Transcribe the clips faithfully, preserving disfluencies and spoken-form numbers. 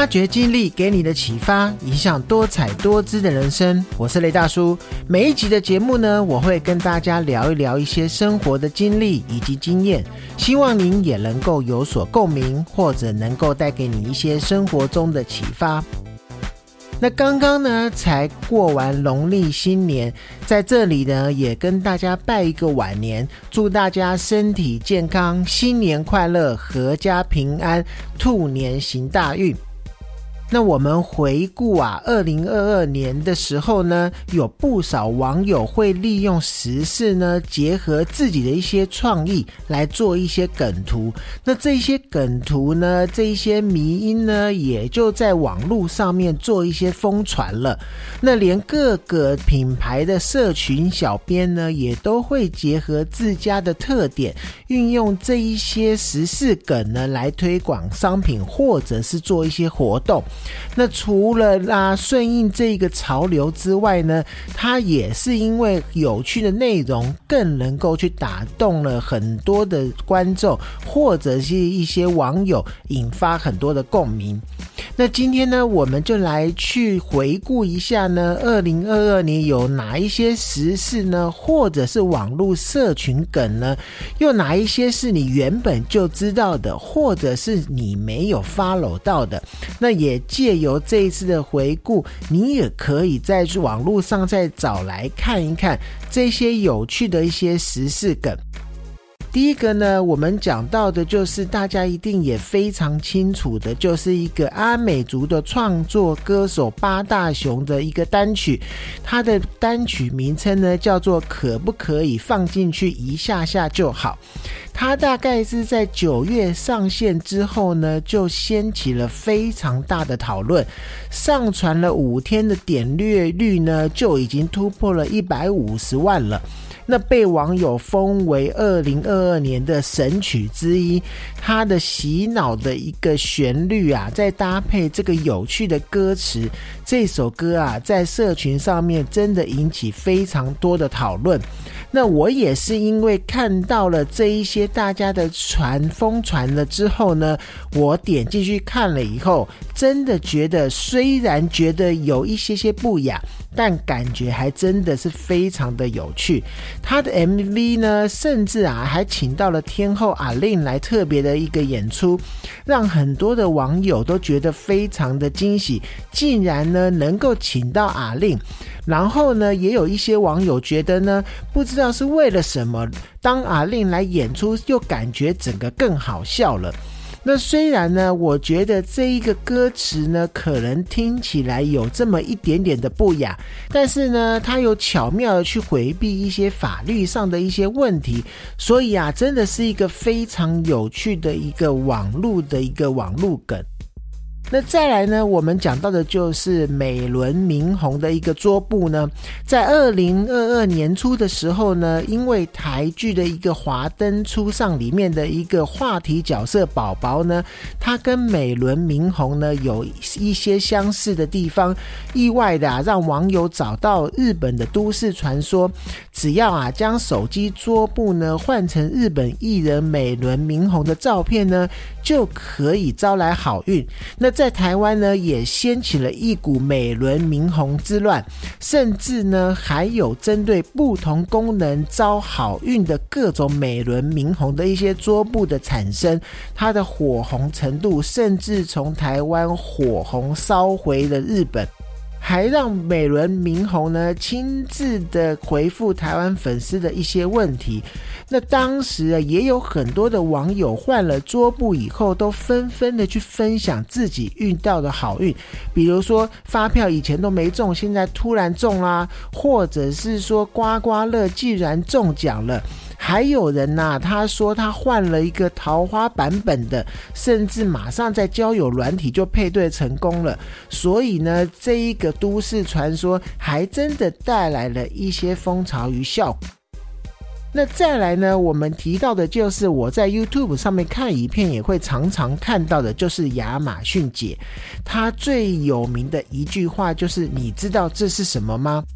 发掘经历给你的启发，影响多彩多姿的人生。我是雷大叔。每一集的节目呢，我会跟大家聊一聊一些生活的经历以及经验，希望您也能够有所共鸣，或者能够带给你一些生活中的启发。那刚刚呢才过完农历新年，在这里呢也跟大家拜一个晚年，祝大家身体健康，新年快乐，阖家平安，兔年行大运。那我们回顾啊二零二二年的时候呢，有不少网友会利用时事呢，结合自己的一些创意来做一些梗图。那这些梗图呢，这一些迷因呢，也就在网络上面做一些疯传了。那连各个品牌的社群小编呢，也都会结合自家的特点，运用这一些时事梗呢，来推广商品或者是做一些活动。那除了啦顺应这个潮流之外呢，它也是因为有趣的内容更能够去打动了很多的观众或者是一些网友，引发很多的共鸣。那今天呢，我们就来去回顾一下呢二零二二年有哪一些时事呢，或者是网络社群梗呢，又哪一些是你原本就知道的，或者是你没有 follow 到的。那也借由这一次的回顾，你也可以在网络上再找来看一看这些有趣的一些时事梗。第一个呢，我们讲到的就是大家一定也非常清楚的，就是一个阿美族的创作歌手八大雄的一个单曲，它的单曲名称呢叫做可不可以放进去一下下就好。它大概是在九月上线之后呢，就掀起了非常大的讨论，上传了五天的点阅率呢，就已经突破了一百五十万了。那被网友封为二零二二年的神曲之一，它的洗脑的一个旋律啊，再搭配这个有趣的歌词，这首歌啊，在社群上面真的引起非常多的讨论。那我也是因为看到了这一些大家的传疯传了之后呢，我点进去看了以后，真的觉得虽然觉得有一些些不雅，但感觉还真的是非常的有趣。他的 M V 呢，甚至啊还请到了天后阿令来特别的一个演出，让很多的网友都觉得非常的惊喜，竟然呢能够请到阿令。然后呢，也有一些网友觉得呢，不知道是为了什么，当阿令来演出，又感觉整个更好笑了。那虽然呢，我觉得这一个歌词呢，可能听起来有这么一点点的不雅，但是呢，它有巧妙的去回避一些法律上的一些问题，所以啊，真的是一个非常有趣的一个网络的一个网络梗。那再来呢，我们讲到的就是美轮明宏的一个桌布呢，在二零二二年初的时候呢，因为台剧的一个华灯初上里面的一个话题角色宝宝呢，他跟美轮明宏呢有一些相似的地方，意外的啊让网友找到日本的都市传说，只要啊将手机桌布呢换成日本艺人美轮明宏的照片呢，就可以招来好运。那在台湾呢，也掀起了一股美轮明宏之乱，甚至呢还有针对不同功能招好运的各种美轮明宏的一些桌布的产生，它的火红程度甚至从台湾火红烧回了日本，还让美轮明宏呢亲自的回复台湾粉丝的一些问题。那当时啊，也有很多的网友换了桌布以后，都纷纷的去分享自己遇到的好运，比如说发票以前都没中，现在突然中啦，或者是说刮刮乐既然中奖了。还有人啊，他说他换了一个桃花版本的，甚至马上在交友软体就配对成功了。所以呢，这一个都市传说还真的带来了一些风潮与效果。那再来呢，我们提到的就是我在 YouTube 上面看影片也会常常看到的，就是亚马逊姐，她最有名的一句话就是你知道这是什么吗？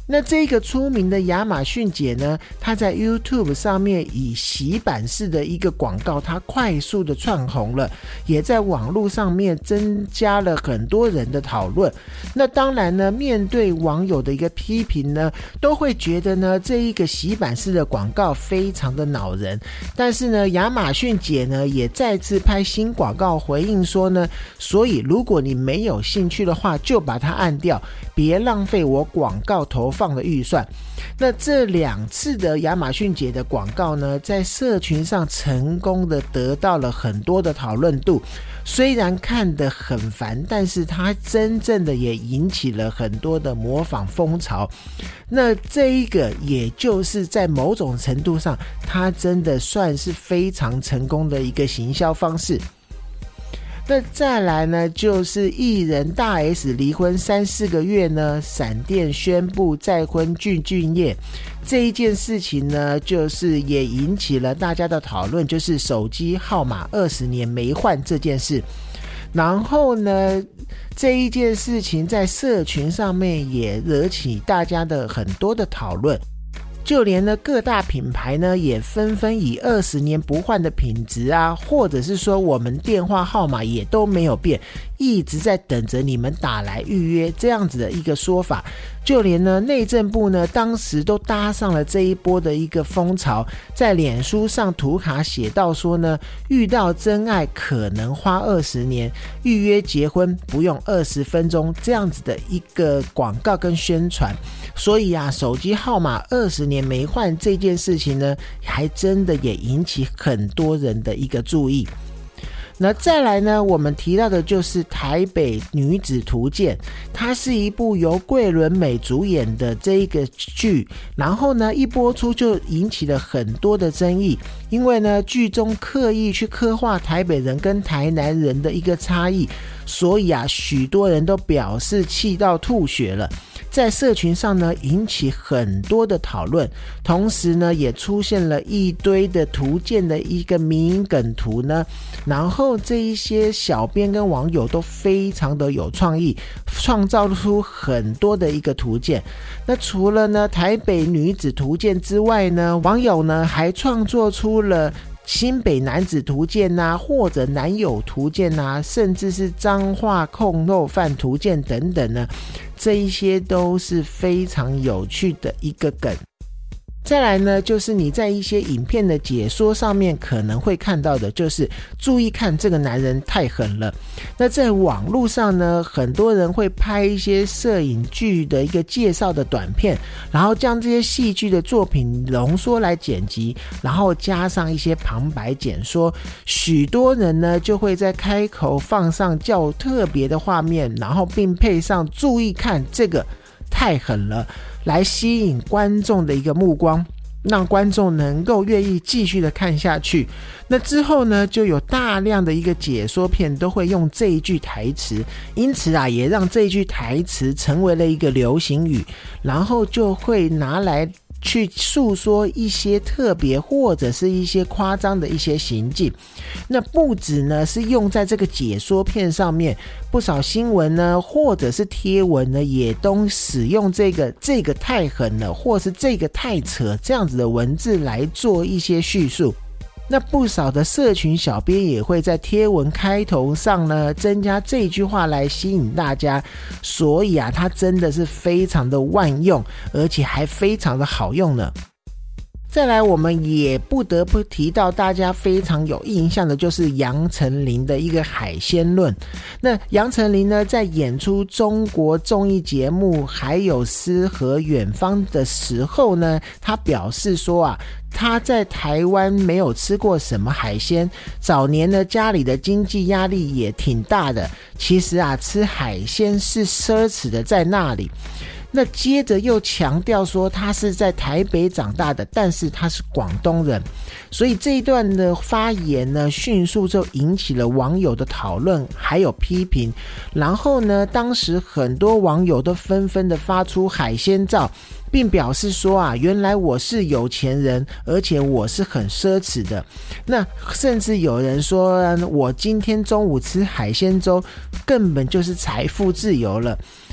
那这个出名的亚马逊姐呢，她在 YouTube 上面以洗版式的一个广告，她快速的窜红了，也在网络上面增加了很多人的讨论。那当然呢，面对网友的一个批评呢，都会觉得呢，这一个洗版式的广告非常的恼人。但是呢，亚马逊姐呢也再次拍新广告回应说呢，所以如果你没有兴趣的话，就把它按掉，别浪费我广告投放的预算。那这两次的亚马逊姐的广告呢，在社群上成功的得到了很多的讨论度，虽然看得很烦，但是它真正的也引起了很多的模仿风潮。那这一个也就是在某种程度上，它真的算是非常成功的一个行销方式。那再来呢，就是艺人大 S 离婚三四个月呢，闪电宣布再婚具俊晔这一件事情呢，就是也引起了大家的讨论，就是手机号码二十年没换这件事。然后呢，这一件事情在社群上面也惹起大家的很多的讨论。就连呢各大品牌呢也纷纷以二十年不换的品质啊，或者是说我们电话号码也都没有变，一直在等着你们打来预约这样子的一个说法。就连呢内政部呢当时都搭上了这一波的一个风潮，在脸书上图卡写到说呢，遇到真爱可能花二十年，预约结婚不用二十分钟这样子的一个广告跟宣传。所以啊，手机号码二十年没换这件事情呢，还真的也引起很多人的一个注意。那再来呢，我们提到的就是台北女子图鉴，它是一部由桂纶镁主演的这一个剧，然后呢一播出就引起了很多的争议，因为呢剧中刻意去刻画台北人跟台南人的一个差异，所以啊许多人都表示气到吐血了，在社群上呢引起很多的讨论，同时呢也出现了一堆的图鉴的一个迷梗图呢，然后这一些小编跟网友都非常的有创意，创造出很多的一个图鉴。那除了呢台北女子图鉴之外呢，网友呢还创作出了新北男子图鉴啊，或者男友图鉴啊，甚至是彰化控肉饭图鉴等等呢，这一些都是非常有趣的一个梗。再来呢，就是你在一些影片的解说上面可能会看到的，就是注意看这个男人太狠了。那在网络上呢，很多人会拍一些摄影剧的一个介绍的短片，然后将这些戏剧的作品浓缩来剪辑，然后加上一些旁白简说。许多人呢就会在开口放上较特别的画面，然后并配上注意看这个太狠了，来吸引观众的一个目光，让观众能够愿意继续的看下去。那之后呢，就有大量的一个解说片都会用这一句台词，因此啊，也让这一句台词成为了一个流行语，然后就会拿来去诉说一些特别或者是一些夸张的一些行径。那不止呢是用在这个解说片上面，不少新闻呢或者是贴文呢也都使用这个这个太狠了，或是这个太扯这样子的文字来做一些叙述。那不少的社群小编也会在贴文开头上呢增加这句话来吸引大家，所以啊它真的是非常的万用，而且还非常的好用呢。再来我们也不得不提到大家非常有印象的就是杨丞琳的一个海鲜论。那杨丞琳呢在演出中国综艺节目还有诗和远方的时候呢，他表示说啊他在台湾没有吃过什么海鲜，早年呢家里的经济压力也挺大的，其实啊吃海鲜是奢侈的在那里。那接着又强调说他是在台北长大的，但是他是广东人，所以这一段的发言呢迅速就引起了网友的讨论还有批评。然后呢当时很多网友都纷纷的发出海鲜照，并表示说啊原来我是有钱人，而且我是很奢侈的。那甚至有人说我今天中午吃海鲜粥根本就是财富自由了。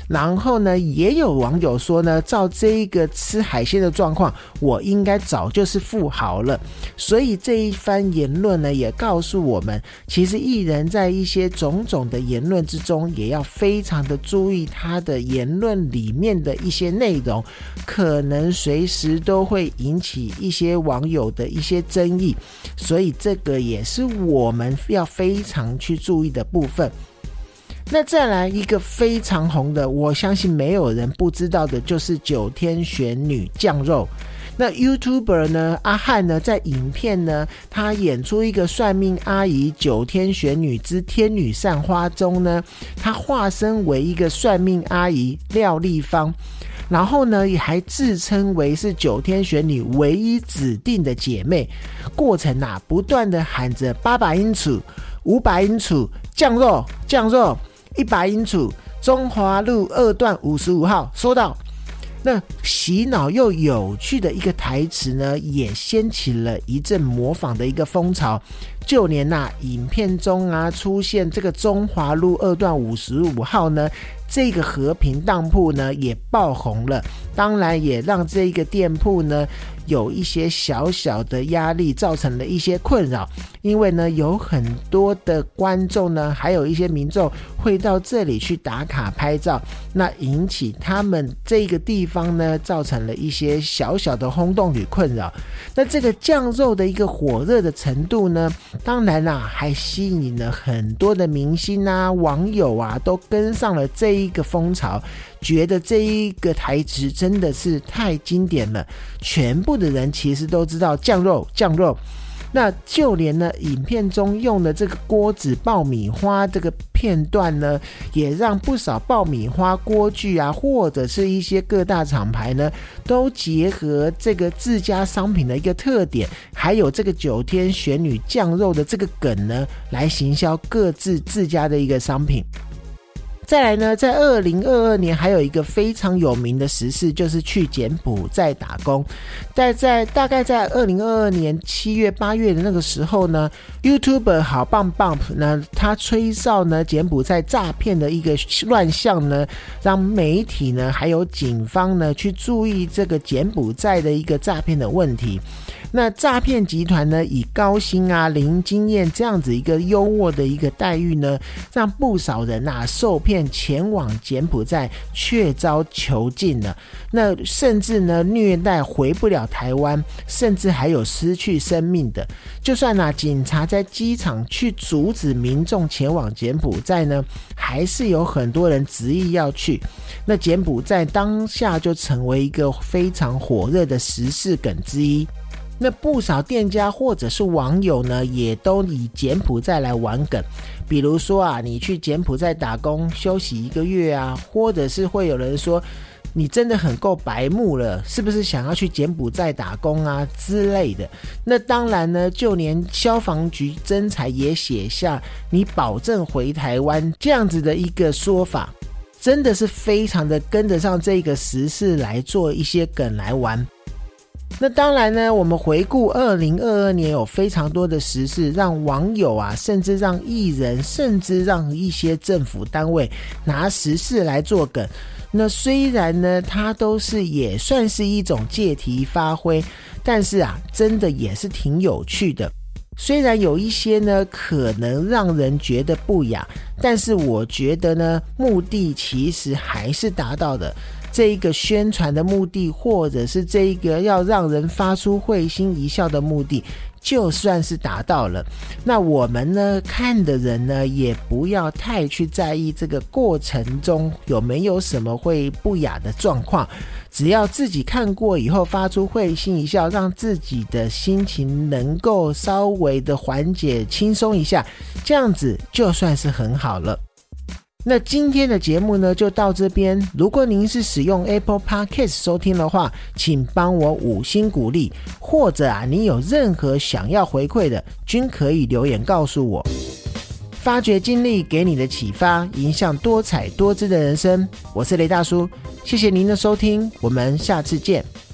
然后呢也有网友说呢，照这一个吃海鲜的状况，我应该早就是富豪了。所以这一番言论呢也告诉我们，其实艺人在一些种种的言论之中，也要非常的注意他的言论里面的一些内容，可能随时都会引起一些网友的一些争议，所以这个也是我们要非常去注意的部分。那再来一个非常红的，我相信没有人不知道的，就是九天玄女酱肉。那 YouTuber 呢，阿汉呢，在影片呢，他演出一个算命阿姨九天玄女之天女散花中呢，他化身为一个算命阿姨廖丽芳，然后呢也还自称为是九天玄女唯一指定的姐妹，过程啊不断的喊着八百英尺、五百英尺，酱肉酱肉，一百英尺，中华路二段五十五号，收到。那洗脑又有趣的一个台词呢，也掀起了一阵模仿的一个风潮。就连啊影片中啊出现这个中华路二段五十五号呢，这个和平当铺呢也爆红了，当然也让这个店铺呢有一些小小的压力，造成了一些困扰。因为呢有很多的观众呢，还有一些民众会到这里去打卡拍照，那引起他们这个地方呢造成了一些小小的轰动与困扰。那这个酱肉的一个火热的程度呢，当然啦、啊、还吸引了很多的明星啊网友啊都跟上了这一个风潮，觉得这一个台词真的是太经典了，全部的人其实都知道酱肉酱肉。那就连呢影片中用的这个锅子爆米花这个片段呢，也让不少爆米花锅具啊，或者是一些各大厂牌呢，都结合这个自家商品的一个特点，还有这个九天玄女酱肉的这个梗呢，来行销各自自家的一个商品。再来呢，在二零二二年还有一个非常有名的时事，就是去柬埔寨打工。在在大概在二零二二年七月八月的那个时候呢 ，YouTuber 好棒 Bump 呢，他吹哨呢柬埔寨诈骗的一个乱象呢，让媒体呢还有警方呢去注意这个柬埔寨的一个诈骗的问题。那诈骗集团呢，以高薪啊、零经验这样子一个优渥的一个待遇呢，让不少人啊受骗前往柬埔寨，却遭囚禁了。那甚至呢虐待回不了台湾，甚至还有失去生命的。就算啊警察在机场去阻止民众前往柬埔寨呢，还是有很多人执意要去。那柬埔寨当下就成为一个非常火热的时事梗之一。那不少店家或者是网友呢，也都以柬埔寨来玩梗，比如说啊，你去柬埔寨打工休息一个月啊，或者是会有人说你真的很够白目了，是不是想要去柬埔寨打工啊之类的。那当然呢，就连消防局征才也写下你保证回台湾这样子的一个说法，真的是非常的跟得上这个时事来做一些梗来玩。那当然呢，我们回顾二零二二年有非常多的时事，让网友啊，甚至让艺人，甚至让一些政府单位拿时事来做梗。那虽然呢，它都是也算是一种借题发挥，但是啊，真的也是挺有趣的。虽然有一些呢可能让人觉得不雅，但是我觉得呢，目的其实还是达到的。这一个宣传的目的，或者是这一个要让人发出会心一笑的目的，就算是达到了。那我们呢看的人呢，也不要太去在意这个过程中有没有什么会不雅的状况，只要自己看过以后发出会心一笑，让自己的心情能够稍微的缓解轻松一下，这样子就算是很好了。那今天的节目呢就到这边，如果您是使用 Apple Podcast 收听的话，请帮我五星鼓励，或者啊你有任何想要回馈的，均可以留言告诉我。发掘经历给你的启发，影响多彩多姿的人生，我是雷大叔，谢谢您的收听，我们下次见。